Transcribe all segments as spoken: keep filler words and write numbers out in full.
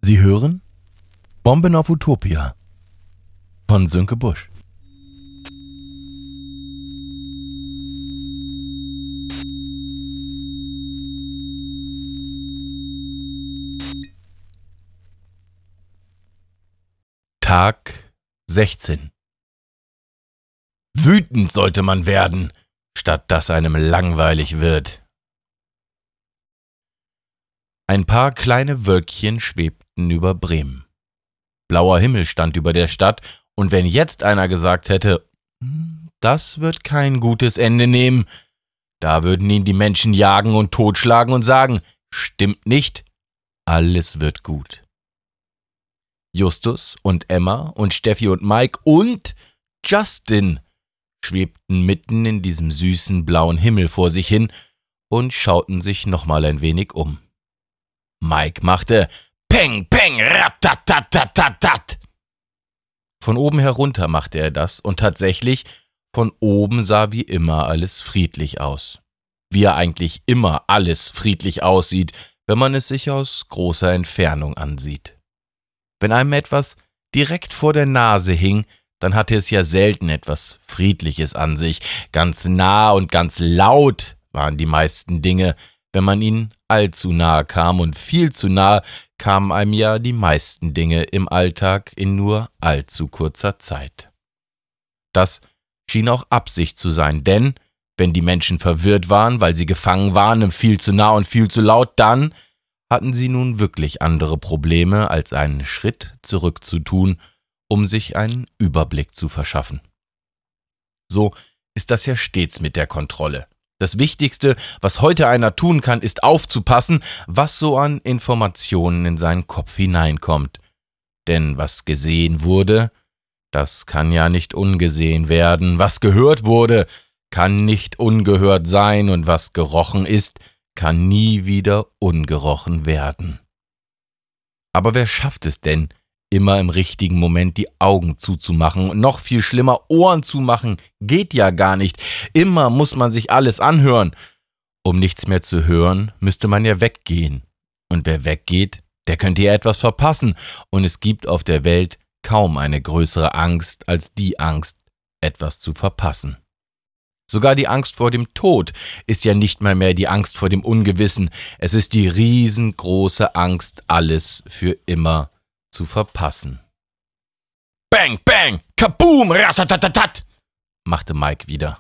Sie hören Bomben auf Utopia von Sönke Busch. Tag sechzehn. Wütend sollte man werden, statt dass einem langweilig wird. Ein paar kleine Wölkchen schwebten über Bremen. Blauer Himmel stand über der Stadt, und wenn jetzt einer gesagt hätte, das wird kein gutes Ende nehmen, da würden ihn die Menschen jagen und totschlagen und sagen, stimmt nicht, alles wird gut. Justus und Emma und Steffi und Mike und Justin schwebten mitten in diesem süßen blauen Himmel vor sich hin und schauten sich nochmal ein wenig um. Mike machte Peng, Peng, Ratatatatat. Von oben herunter machte er das, und tatsächlich, von oben sah wie immer alles friedlich aus. Wie ja eigentlich immer alles friedlich aussieht, wenn man es sich aus großer Entfernung ansieht. Wenn einem etwas direkt vor der Nase hing, dann hatte es ja selten etwas Friedliches an sich. Ganz nah und ganz laut waren die meisten Dinge, wenn man ihnen allzu nahe kam, und viel zu nahe kamen einem ja die meisten Dinge im Alltag in nur allzu kurzer Zeit. Das schien auch Absicht zu sein, denn wenn die Menschen verwirrt waren, weil sie gefangen waren im viel zu nah und viel zu laut, dann hatten sie nun wirklich andere Probleme, als einen Schritt zurück zu tun, um sich einen Überblick zu verschaffen. So ist das ja stets mit der Kontrolle. Das Wichtigste, was heute einer tun kann, ist aufzupassen, was so an Informationen in seinen Kopf hineinkommt. Denn was gesehen wurde, das kann ja nicht ungesehen werden. Was gehört wurde, kann nicht ungehört sein, und was gerochen ist, kann nie wieder ungerochen werden. Aber wer schafft es denn, immer im richtigen Moment die Augen zuzumachen, und noch viel schlimmer, Ohren zumachen, geht ja gar nicht. Immer muss man sich alles anhören. Um nichts mehr zu hören, müsste man ja weggehen. Und wer weggeht, der könnte ja etwas verpassen. Und es gibt auf der Welt kaum eine größere Angst als die Angst, etwas zu verpassen. Sogar die Angst vor dem Tod ist ja nicht mal mehr die Angst vor dem Ungewissen. Es ist die riesengroße Angst, alles für immer zu verpassen. Bang, bang, kaboom, ratatatatat, machte Mike wieder.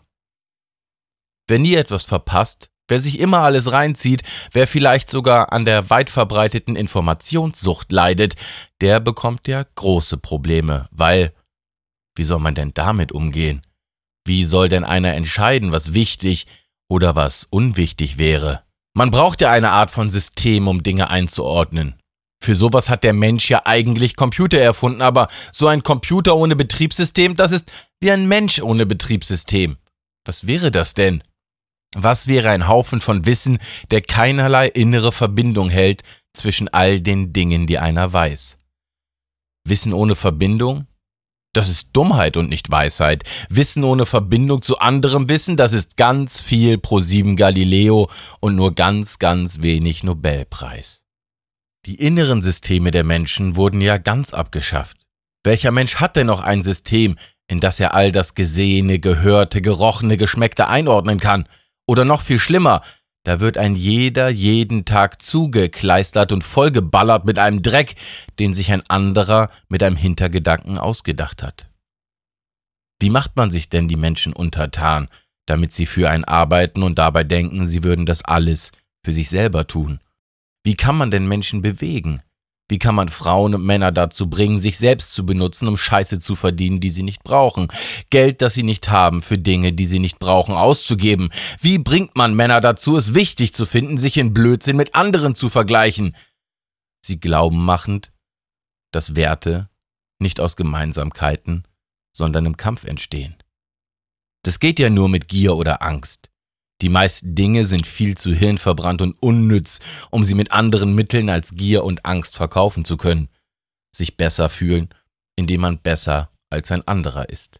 Wer nie etwas verpasst, wer sich immer alles reinzieht, wer vielleicht sogar an der weit verbreiteten Informationssucht leidet, der bekommt ja große Probleme, weil, wie soll man denn damit umgehen? Wie soll denn einer entscheiden, was wichtig oder was unwichtig wäre? Man braucht ja eine Art von System, um Dinge einzuordnen. Für sowas hat der Mensch ja eigentlich Computer erfunden, aber so ein Computer ohne Betriebssystem, das ist wie ein Mensch ohne Betriebssystem. Was wäre das denn? Was wäre ein Haufen von Wissen, der keinerlei innere Verbindung hält zwischen all den Dingen, die einer weiß? Wissen ohne Verbindung? Das ist Dummheit und nicht Weisheit. Wissen ohne Verbindung zu anderem Wissen, das ist ganz viel ProSieben Galileo und nur ganz, ganz wenig Nobelpreis. Die inneren Systeme der Menschen wurden ja ganz abgeschafft. Welcher Mensch hat denn noch ein System, in das er all das Gesehene, Gehörte, Gerochene, Geschmeckte einordnen kann? Oder noch viel schlimmer, da wird ein jeder jeden Tag zugekleistert und vollgeballert mit einem Dreck, den sich ein anderer mit einem Hintergedanken ausgedacht hat. Wie macht man sich denn die Menschen untertan, damit sie für einen arbeiten und dabei denken, sie würden das alles für sich selber tun? Wie kann man denn Menschen bewegen? Wie kann man Frauen und Männer dazu bringen, sich selbst zu benutzen, um Scheiße zu verdienen, die sie nicht brauchen? Geld, das sie nicht haben, für Dinge, die sie nicht brauchen, auszugeben? Wie bringt man Männer dazu, es wichtig zu finden, sich in Blödsinn mit anderen zu vergleichen? Sie glauben machend, dass Werte nicht aus Gemeinsamkeiten, sondern im Kampf entstehen. Das geht ja nur mit Gier oder Angst. Die meisten Dinge sind viel zu hirnverbrannt und unnütz, um sie mit anderen Mitteln als Gier und Angst verkaufen zu können. Sich besser fühlen, indem man besser als ein anderer ist.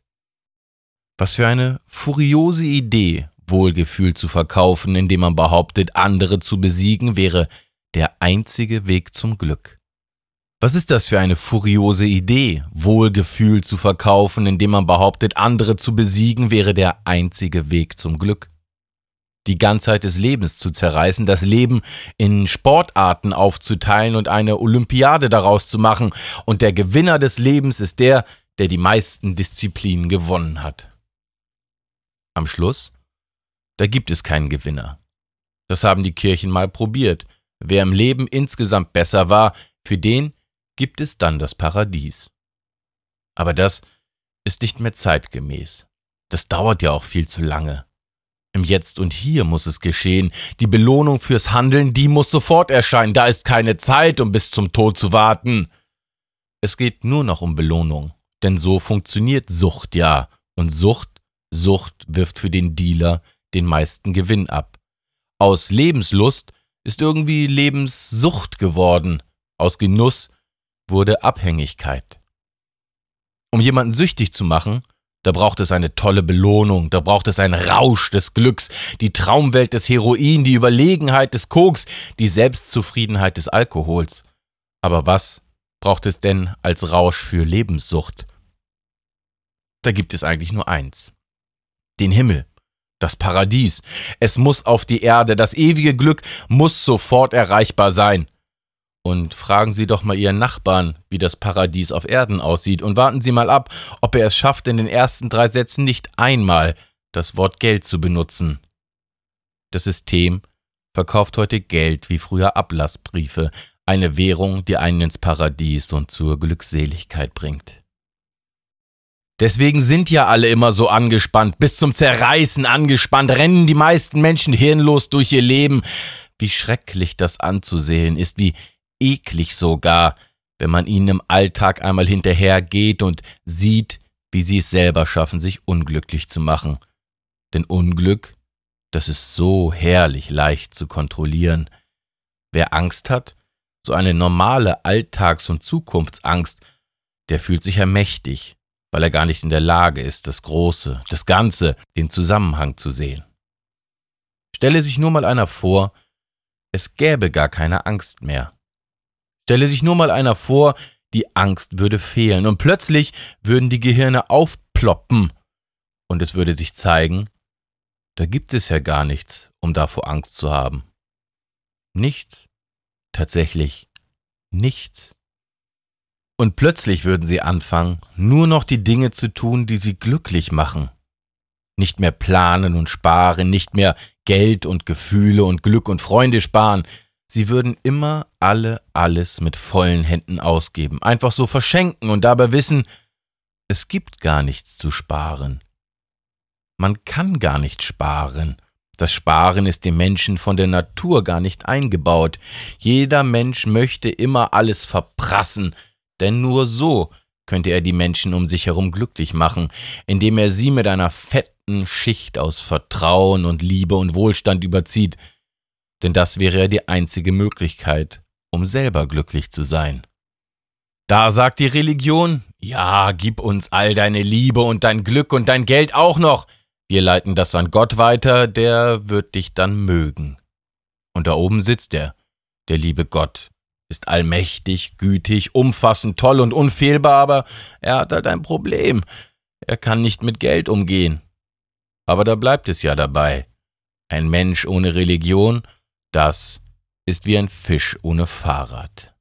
Was für eine furiose Idee, Wohlgefühl zu verkaufen, indem man behauptet, andere zu besiegen, wäre der einzige Weg zum Glück. Was ist das für eine furiose Idee, Wohlgefühl zu verkaufen, indem man behauptet, andere zu besiegen wäre der einzige Weg zum Glück? Die Ganzheit des Lebens zu zerreißen, das Leben in Sportarten aufzuteilen und eine Olympiade daraus zu machen, und der Gewinner des Lebens ist der, der die meisten Disziplinen gewonnen hat. Am Schluss, da gibt es keinen Gewinner. Das haben die Kirchen mal probiert. Wer im Leben insgesamt besser war, für den gibt es dann das Paradies. Aber das ist nicht mehr zeitgemäß. Das dauert ja auch viel zu lange. Im Jetzt und Hier muss es geschehen. Die Belohnung fürs Handeln, die muss sofort erscheinen. Da ist keine Zeit, um bis zum Tod zu warten. Es geht nur noch um Belohnung. Denn so funktioniert Sucht ja. Und Sucht, Sucht wirft für den Dealer den meisten Gewinn ab. Aus Lebenslust ist irgendwie Lebenssucht geworden. Aus Genuss wurde Abhängigkeit. Um jemanden süchtig zu machen, da braucht es eine tolle Belohnung, da braucht es einen Rausch des Glücks, die Traumwelt des Heroin, die Überlegenheit des Koks, die Selbstzufriedenheit des Alkohols. Aber was braucht es denn als Rausch für Lebenssucht? Da gibt es eigentlich nur eins: den Himmel, das Paradies. Es muss auf die Erde, das ewige Glück muss sofort erreichbar sein. Und fragen Sie doch mal Ihren Nachbarn, wie das Paradies auf Erden aussieht, und warten Sie mal ab, ob er es schafft, in den ersten drei Sätzen nicht einmal das Wort Geld zu benutzen. Das System verkauft heute Geld wie früher Ablassbriefe, eine Währung, die einen ins Paradies und zur Glückseligkeit bringt. Deswegen sind ja alle immer so angespannt, bis zum Zerreißen angespannt, rennen die meisten Menschen hirnlos durch ihr Leben. Wie schrecklich das anzusehen ist, wie eklig sogar, wenn man ihnen im Alltag einmal hinterhergeht und sieht, wie sie es selber schaffen, sich unglücklich zu machen. Denn Unglück, das ist so herrlich leicht zu kontrollieren. Wer Angst hat, so eine normale Alltags- und Zukunftsangst, der fühlt sich ja mächtig, weil er gar nicht in der Lage ist, das Große, das Ganze, den Zusammenhang zu sehen. Stelle sich nur mal einer vor, es gäbe gar keine Angst mehr. Stelle sich nur mal einer vor, die Angst würde fehlen und plötzlich würden die Gehirne aufploppen und es würde sich zeigen, da gibt es ja gar nichts, um davor Angst zu haben. Nichts, tatsächlich nichts. Und plötzlich würden sie anfangen, nur noch die Dinge zu tun, die sie glücklich machen. Nicht mehr planen und sparen, nicht mehr Geld und Gefühle und Glück und Freunde sparen. Sie würden immer alle alles mit vollen Händen ausgeben, einfach so verschenken und dabei wissen, es gibt gar nichts zu sparen. Man kann gar nicht sparen. Das Sparen ist dem Menschen von der Natur gar nicht eingebaut. Jeder Mensch möchte immer alles verprassen, denn nur so könnte er die Menschen um sich herum glücklich machen, indem er sie mit einer fetten Schicht aus Vertrauen und Liebe und Wohlstand überzieht. Denn das wäre ja die einzige Möglichkeit, um selber glücklich zu sein. Da sagt die Religion, ja, gib uns all deine Liebe und dein Glück und dein Geld auch noch. Wir leiten das an Gott weiter, der wird dich dann mögen. Und da oben sitzt er, der liebe Gott, ist allmächtig, gütig, umfassend, toll und unfehlbar, aber er hat halt ein Problem. Er kann nicht mit Geld umgehen. Aber da bleibt es ja dabei. Ein Mensch ohne Religion, das ist wie ein Fisch ohne Fahrrad.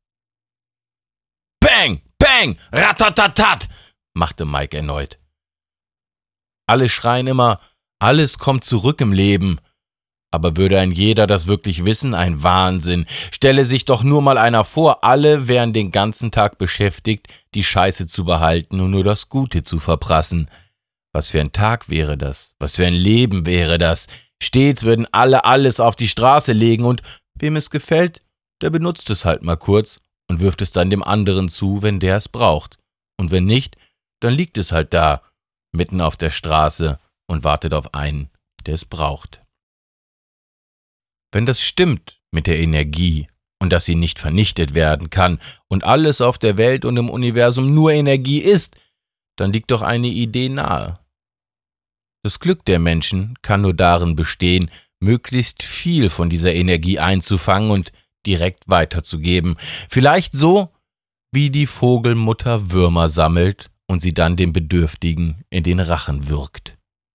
Bang, bang, ratatatat, machte Mike erneut. Alle schreien immer, alles kommt zurück im Leben. Aber würde ein jeder das wirklich wissen? Ein Wahnsinn. Stelle sich doch nur mal einer vor, alle wären den ganzen Tag beschäftigt, die Scheiße zu behalten und nur das Gute zu verprassen. Was für ein Tag wäre das? Was für ein Leben wäre das? Stets würden alle alles auf die Straße legen und wem es gefällt, der benutzt es halt mal kurz und wirft es dann dem anderen zu, wenn der es braucht. Und wenn nicht, dann liegt es halt da, mitten auf der Straße und wartet auf einen, der es braucht. Wenn das stimmt mit der Energie und dass sie nicht vernichtet werden kann und alles auf der Welt und im Universum nur Energie ist, dann liegt doch eine Idee nahe. Das Glück der Menschen kann nur darin bestehen, möglichst viel von dieser Energie einzufangen und direkt weiterzugeben. Vielleicht so, wie die Vogelmutter Würmer sammelt und sie dann dem Bedürftigen in den Rachen würgt.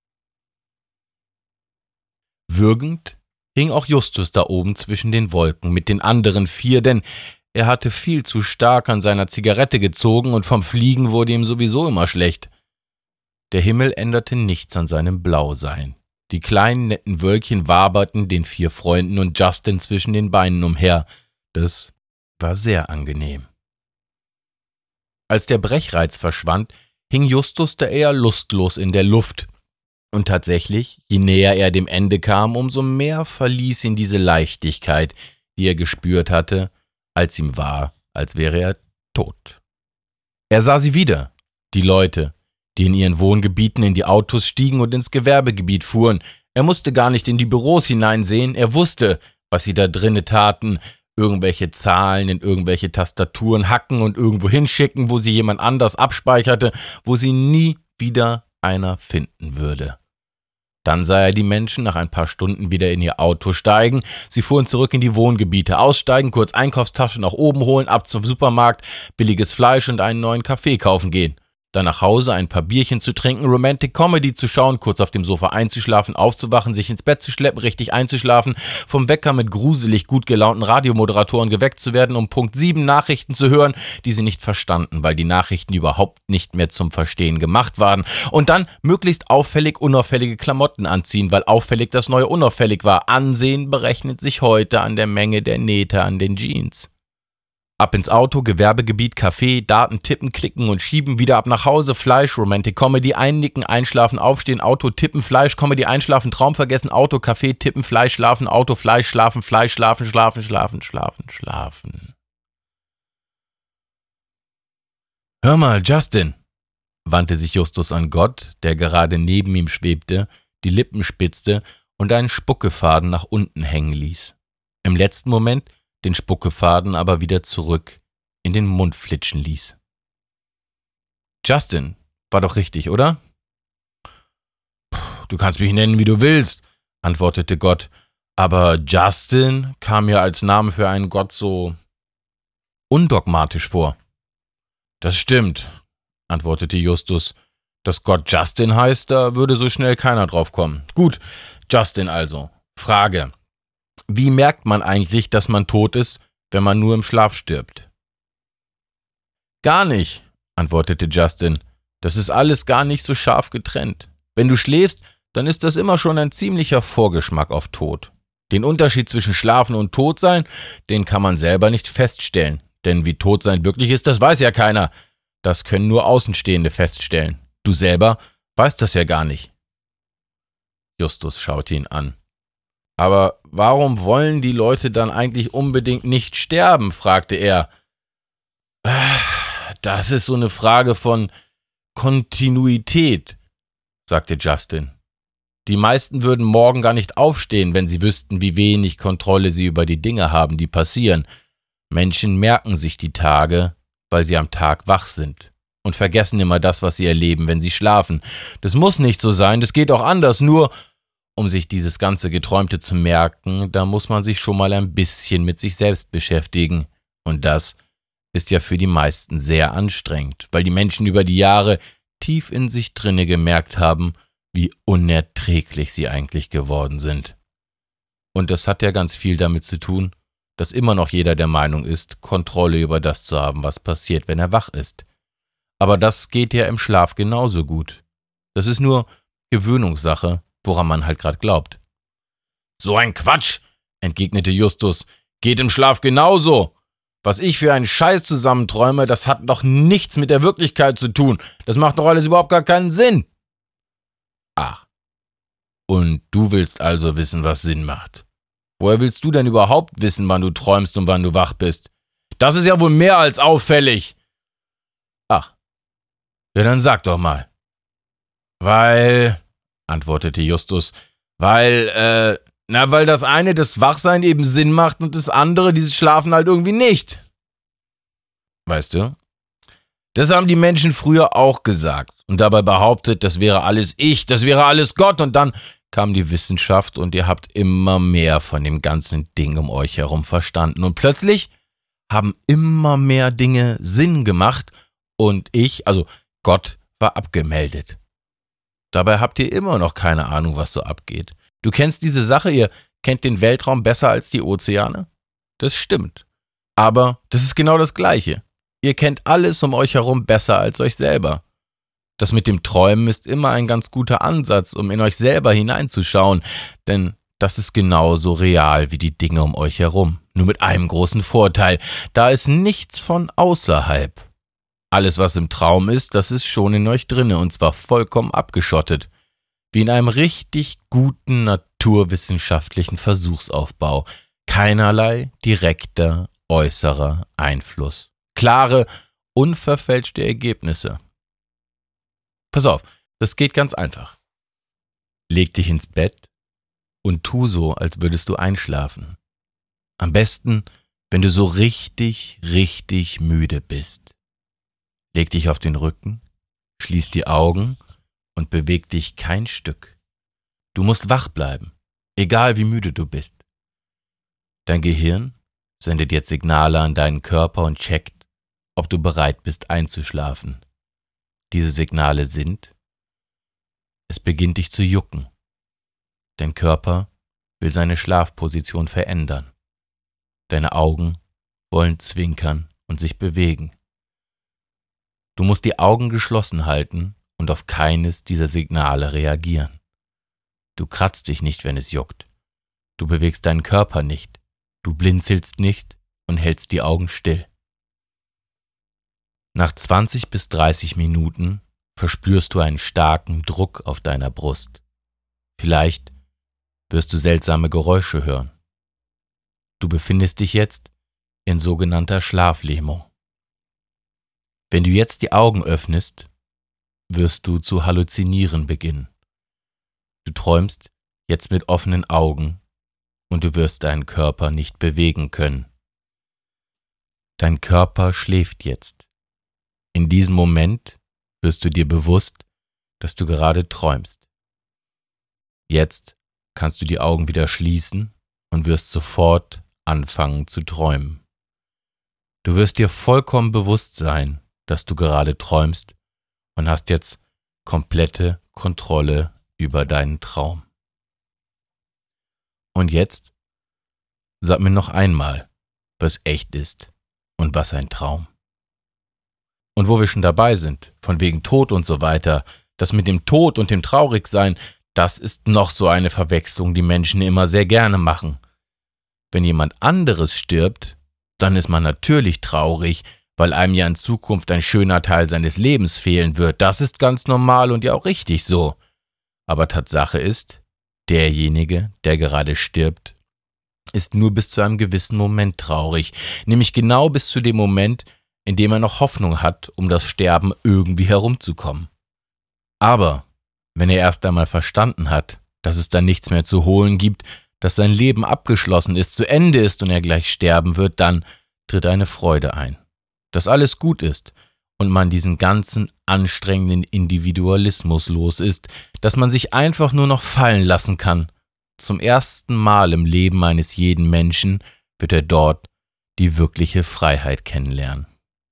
Würgend hing auch Justus da oben zwischen den Wolken mit den anderen vier, denn er hatte viel zu stark an seiner Zigarette gezogen und vom Fliegen wurde ihm sowieso immer schlecht. Der Himmel änderte nichts an seinem Blausein. Die kleinen netten Wölkchen waberten den vier Freunden und Justin zwischen den Beinen umher. Das war sehr angenehm. Als der Brechreiz verschwand, hing Justus da eher lustlos in der Luft. Und tatsächlich, je näher er dem Ende kam, umso mehr verließ ihn diese Leichtigkeit, die er gespürt hatte, als ihm war, als wäre er tot. Er sah sie wieder, die Leute, die in ihren Wohngebieten in die Autos stiegen und ins Gewerbegebiet fuhren. Er musste gar nicht in die Büros hineinsehen, er wusste, was sie da drinnen taten, irgendwelche Zahlen in irgendwelche Tastaturen hacken und irgendwo hinschicken, wo sie jemand anders abspeicherte, wo sie nie wieder einer finden würde. Dann sah er die Menschen nach ein paar Stunden wieder in ihr Auto steigen. Sie fuhren zurück in die Wohngebiete, aussteigen, kurz Einkaufstasche nach oben holen, ab zum Supermarkt, billiges Fleisch und einen neuen Kaffee kaufen gehen. Dann nach Hause ein paar Bierchen zu trinken, Romantic Comedy zu schauen, kurz auf dem Sofa einzuschlafen, aufzuwachen, sich ins Bett zu schleppen, richtig einzuschlafen, vom Wecker mit gruselig gut gelaunten Radiomoderatoren geweckt zu werden, um Punkt sieben Nachrichten zu hören, die sie nicht verstanden, weil die Nachrichten überhaupt nicht mehr zum Verstehen gemacht waren. Und dann möglichst auffällig unauffällige Klamotten anziehen, weil auffällig das neue unauffällig war. Ansehen berechnet sich heute an der Menge der Nähte an den Jeans. Ab ins Auto, Gewerbegebiet, Café, Daten tippen, klicken und schieben, wieder ab nach Hause, Fleisch, Romantic Comedy, einnicken, einschlafen, aufstehen, Auto, tippen, Fleisch, Comedy, einschlafen, Traum vergessen, Auto, Café, tippen, Fleisch, schlafen, Auto, Fleisch, schlafen, Fleisch, schlafen, schlafen, schlafen, schlafen, schlafen. Hör mal, Justin, wandte sich Justus an Gott, der gerade neben ihm schwebte, die Lippen spitzte und einen Spuckefaden nach unten hängen ließ. Im letzten Moment den Spuckefaden aber wieder zurück in den Mund flitschen ließ. Justin, war doch richtig, oder? Du kannst mich nennen, wie du willst, antwortete Gott, aber Justin kam mir als Name für einen Gott so undogmatisch vor. Das stimmt, antwortete Justus. Dass Gott Justin heißt, da würde so schnell keiner drauf kommen. Gut, Justin also. Frage. Wie merkt man eigentlich, dass man tot ist, wenn man nur im Schlaf stirbt? Gar nicht, antwortete Justin. Das ist alles gar nicht so scharf getrennt. Wenn du schläfst, dann ist das immer schon ein ziemlicher Vorgeschmack auf Tod. Den Unterschied zwischen Schlafen und Totsein, den kann man selber nicht feststellen. Denn wie Totsein wirklich ist, das weiß ja keiner. Das können nur Außenstehende feststellen. Du selber weißt das ja gar nicht. Justus schaute ihn an. Aber warum wollen die Leute dann eigentlich unbedingt nicht sterben, fragte er. Das ist so eine Frage von Kontinuität, sagte Justin. Die meisten würden morgen gar nicht aufstehen, wenn sie wüssten, wie wenig Kontrolle sie über die Dinge haben, die passieren. Menschen merken sich die Tage, weil sie am Tag wach sind und vergessen immer das, was sie erleben, wenn sie schlafen. Das muss nicht so sein, das geht auch anders, nur um sich dieses ganze Geträumte zu merken, da muss man sich schon mal ein bisschen mit sich selbst beschäftigen. Und das ist ja für die meisten sehr anstrengend, weil die Menschen über die Jahre tief in sich drinne gemerkt haben, wie unerträglich sie eigentlich geworden sind. Und das hat ja ganz viel damit zu tun, dass immer noch jeder der Meinung ist, Kontrolle über das zu haben, was passiert, wenn er wach ist. Aber das geht ja im Schlaf genauso gut. Das ist nur Gewöhnungssache, woran man halt gerade glaubt. So ein Quatsch, entgegnete Justus, geht im Schlaf genauso. Was ich für einen Scheiß zusammenträume, das hat doch nichts mit der Wirklichkeit zu tun. Das macht doch alles überhaupt gar keinen Sinn. Ach, und du willst also wissen, was Sinn macht. Woher willst du denn überhaupt wissen, wann du träumst und wann du wach bist? Das ist ja wohl mehr als auffällig. Ach, ja dann sag doch mal. Weil, antwortete Justus, weil, äh, na, weil das eine, das Wachsein eben Sinn macht und das andere, dieses Schlafen halt irgendwie nicht. Weißt du, das haben die Menschen früher auch gesagt und dabei behauptet, das wäre alles ich, das wäre alles Gott und dann kam die Wissenschaft und ihr habt immer mehr von dem ganzen Ding um euch herum verstanden und plötzlich haben immer mehr Dinge Sinn gemacht und ich, also Gott, war abgemeldet. Dabei habt ihr immer noch keine Ahnung, was so abgeht. Du kennst diese Sache, ihr kennt den Weltraum besser als die Ozeane? Das stimmt. Aber das ist genau das Gleiche. Ihr kennt alles um euch herum besser als euch selber. Das mit dem Träumen ist immer ein ganz guter Ansatz, um in euch selber hineinzuschauen, denn das ist genauso real wie die Dinge um euch herum. Nur mit einem großen Vorteil, da ist nichts von außerhalb. Alles, was im Traum ist, das ist schon in euch drinne und zwar vollkommen abgeschottet. Wie in einem richtig guten naturwissenschaftlichen Versuchsaufbau. Keinerlei direkter, äußerer Einfluss. Klare, unverfälschte Ergebnisse. Pass auf, das geht ganz einfach. Leg dich ins Bett und tu so, als würdest du einschlafen. Am besten, wenn du so richtig, richtig müde bist. Leg dich auf den Rücken, schließ die Augen und beweg dich kein Stück. Du musst wach bleiben, egal wie müde du bist. Dein Gehirn sendet jetzt Signale an deinen Körper und checkt, ob du bereit bist einzuschlafen. Diese Signale sind: Es beginnt dich zu jucken. Dein Körper will seine Schlafposition verändern. Deine Augen wollen zwinkern und sich bewegen. Du musst die Augen geschlossen halten und auf keines dieser Signale reagieren. Du kratzt dich nicht, wenn es juckt. Du bewegst deinen Körper nicht. Du blinzelst nicht und hältst die Augen still. Nach zwanzig bis dreißig Minuten verspürst du einen starken Druck auf deiner Brust. Vielleicht wirst du seltsame Geräusche hören. Du befindest dich jetzt in sogenannter Schlaflähmung. Wenn du jetzt die Augen öffnest, wirst du zu halluzinieren beginnen. Du träumst jetzt mit offenen Augen und du wirst deinen Körper nicht bewegen können. Dein Körper schläft jetzt. In diesem Moment wirst du dir bewusst, dass du gerade träumst. Jetzt kannst du die Augen wieder schließen und wirst sofort anfangen zu träumen. Du wirst dir vollkommen bewusst sein, dass du gerade träumst und hast jetzt komplette Kontrolle über deinen Traum. Und jetzt sag mir noch einmal, was echt ist und was ein Traum. Und wo wir schon dabei sind, von wegen Tod und so weiter, das mit dem Tod und dem Traurigsein, das ist noch so eine Verwechslung, die Menschen immer sehr gerne machen. Wenn jemand anderes stirbt, dann ist man natürlich traurig, weil einem ja in Zukunft ein schöner Teil seines Lebens fehlen wird. Das ist ganz normal und ja auch richtig so. Aber Tatsache ist, derjenige, der gerade stirbt, ist nur bis zu einem gewissen Moment traurig, nämlich genau bis zu dem Moment, in dem er noch Hoffnung hat, um das Sterben irgendwie herumzukommen. Aber wenn er erst einmal verstanden hat, dass es dann nichts mehr zu holen gibt, dass sein Leben abgeschlossen ist, zu Ende ist und er gleich sterben wird, dann tritt eine Freude ein, dass alles gut ist und man diesen ganzen anstrengenden Individualismus los ist, dass man sich einfach nur noch fallen lassen kann. Zum ersten Mal im Leben eines jeden Menschen wird er dort die wirkliche Freiheit kennenlernen.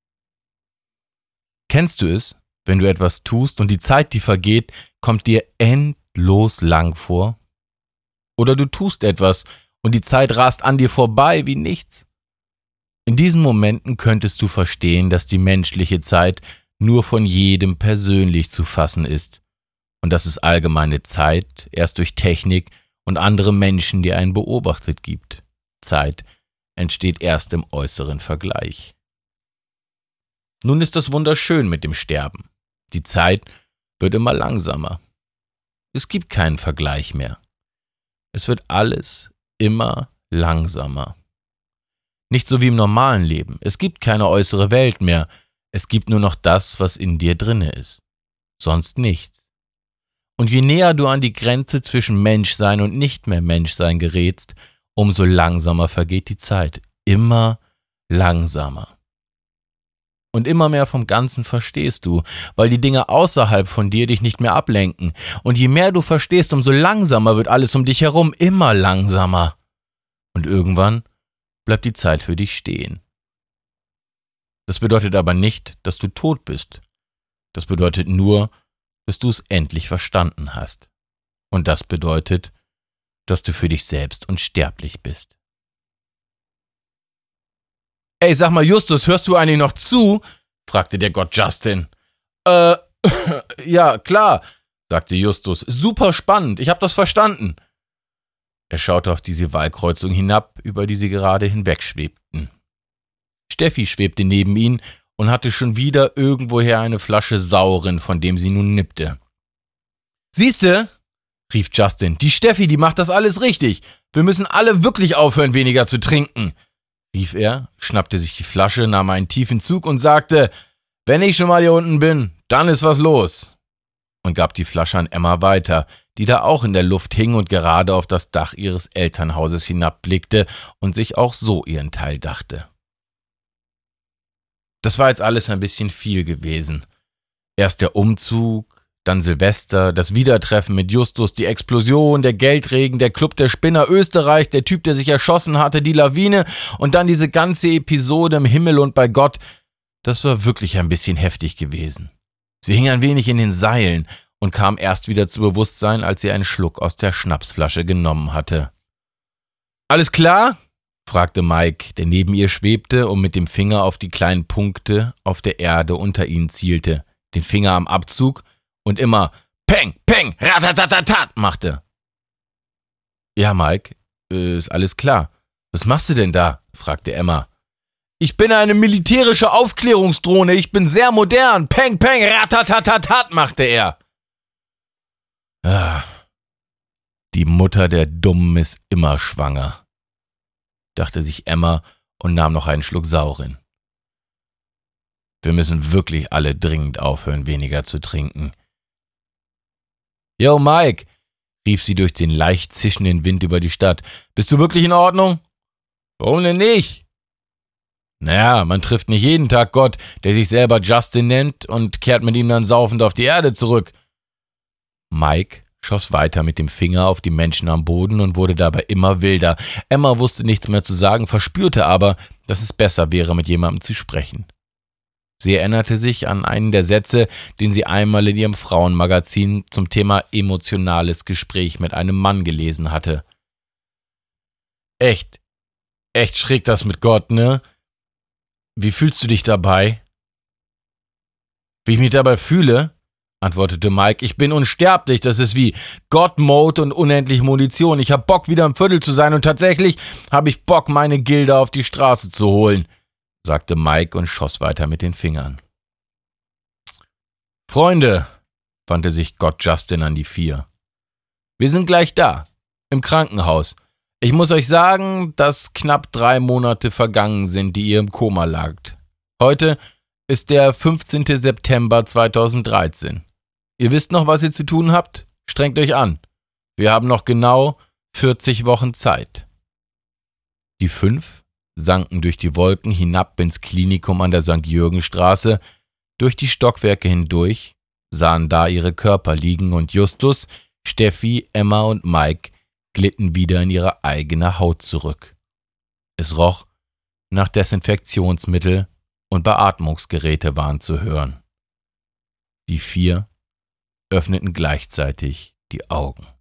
Kennst du es, wenn du etwas tust und die Zeit, die vergeht, kommt dir endlos lang vor? Oder du tust etwas und die Zeit rast an dir vorbei wie nichts? In diesen Momenten könntest du verstehen, dass die menschliche Zeit nur von jedem persönlich zu fassen ist und dass es allgemeine Zeit erst durch Technik und andere Menschen, die einen beobachtet, gibt. Zeit entsteht erst im äußeren Vergleich. Nun ist das wunderschön mit dem Sterben. Die Zeit wird immer langsamer. Es gibt keinen Vergleich mehr. Es wird alles immer langsamer. Nicht so wie im normalen Leben. Es gibt keine äußere Welt mehr. Es gibt nur noch das, was in dir drinne ist. Sonst nichts. Und je näher du an die Grenze zwischen Menschsein und nicht mehr Menschsein gerätst, umso langsamer vergeht die Zeit. Immer langsamer. Und immer mehr vom Ganzen verstehst du, weil die Dinge außerhalb von dir dich nicht mehr ablenken. Und je mehr du verstehst, umso langsamer wird alles um dich herum, immer langsamer. Und irgendwann bleibt die Zeit für dich stehen. Das bedeutet aber nicht, dass du tot bist. Das bedeutet nur, dass du es endlich verstanden hast. Und das bedeutet, dass du für dich selbst unsterblich bist. »Ey, sag mal, Justus, hörst du eigentlich noch zu?« fragte der Gott Justin. »Äh, ja, klar«, sagte Justus. »Super spannend, ich hab das verstanden.« Er schaute auf diese Wallkreuzung hinab, über die sie gerade hinwegschwebten. Steffi schwebte neben ihnen und hatte schon wieder irgendwoher eine Flasche Sauren, von dem sie nun nippte. »Siehste«, rief Justin, »die Steffi, die macht das alles richtig. Wir müssen alle wirklich aufhören, weniger zu trinken«, rief er, schnappte sich die Flasche, nahm einen tiefen Zug und sagte, »Wenn ich schon mal hier unten bin, dann ist was los«, und gab die Flasche an Emma weiter, die da auch in der Luft hing und gerade auf das Dach ihres Elternhauses hinabblickte und sich auch so ihren Teil dachte. Das war jetzt alles ein bisschen viel gewesen. Erst der Umzug, dann Silvester, das Wiedertreffen mit Justus, die Explosion, der Geldregen, der Club der Spinner, Österreich, der Typ, der sich erschossen hatte, die Lawine und dann diese ganze Episode im Himmel und bei Gott. Das war wirklich ein bisschen heftig gewesen. Sie hing ein wenig in den Seilen und kam erst wieder zu Bewusstsein, als sie einen Schluck aus der Schnapsflasche genommen hatte. »Alles klar?« fragte Mike, der neben ihr schwebte und mit dem Finger auf die kleinen Punkte auf der Erde unter ihnen zielte, den Finger am Abzug und immer Peng, Peng, Ratatatatat machte. »Ja, Mike, äh, ist alles klar. Was machst du denn da?« fragte Emma. »Ich bin eine militärische Aufklärungsdrohne, ich bin sehr modern. Peng, Peng, Ratatatatat machte er.« Ah, die Mutter der Dummen ist immer schwanger, dachte sich Emma und nahm noch einen Schluck Sauren. Wir müssen wirklich alle dringend aufhören, weniger zu trinken. »Yo, Mike«, rief sie durch den leicht zischenden Wind über die Stadt. »Bist du wirklich in Ordnung?« »Warum denn nicht?« »Naja, man trifft nicht jeden Tag Gott, der sich selber Justin nennt und kehrt mit ihm dann saufend auf die Erde zurück.« Mike schoss weiter mit dem Finger auf die Menschen am Boden und wurde dabei immer wilder. Emma wusste nichts mehr zu sagen, verspürte aber, dass es besser wäre, mit jemandem zu sprechen. Sie erinnerte sich an einen der Sätze, den sie einmal in ihrem Frauenmagazin zum Thema emotionales Gespräch mit einem Mann gelesen hatte. Echt, echt schräg das mit Gott, ne? Wie fühlst du dich dabei? Wie ich mich dabei fühle? Antwortete Mike. Ich bin unsterblich, das ist wie God-Mode und unendlich Munition. Ich hab Bock, wieder im Viertel zu sein und tatsächlich habe ich Bock, meine Gilde auf die Straße zu holen, sagte Mike und schoss weiter mit den Fingern. Freunde, wandte sich Gott Justin an die vier. Wir sind gleich da, im Krankenhaus. Ich muss euch sagen, dass knapp drei Monate vergangen sind, die ihr im Koma lagt. Heute ist der fünfzehnten September zweitausenddreizehn. Ihr wisst noch, was ihr zu tun habt? Strengt euch an. Wir haben noch genau vierzig Wochen Zeit. Die fünf sanken durch die Wolken hinab ins Klinikum an der Sankt Jürgenstraße, durch die Stockwerke hindurch, sahen da ihre Körper liegen und Justus, Steffi, Emma und Mike glitten wieder in ihre eigene Haut zurück. Es roch nach Desinfektionsmittel und Beatmungsgeräte waren zu hören. Die vier öffneten gleichzeitig die Augen.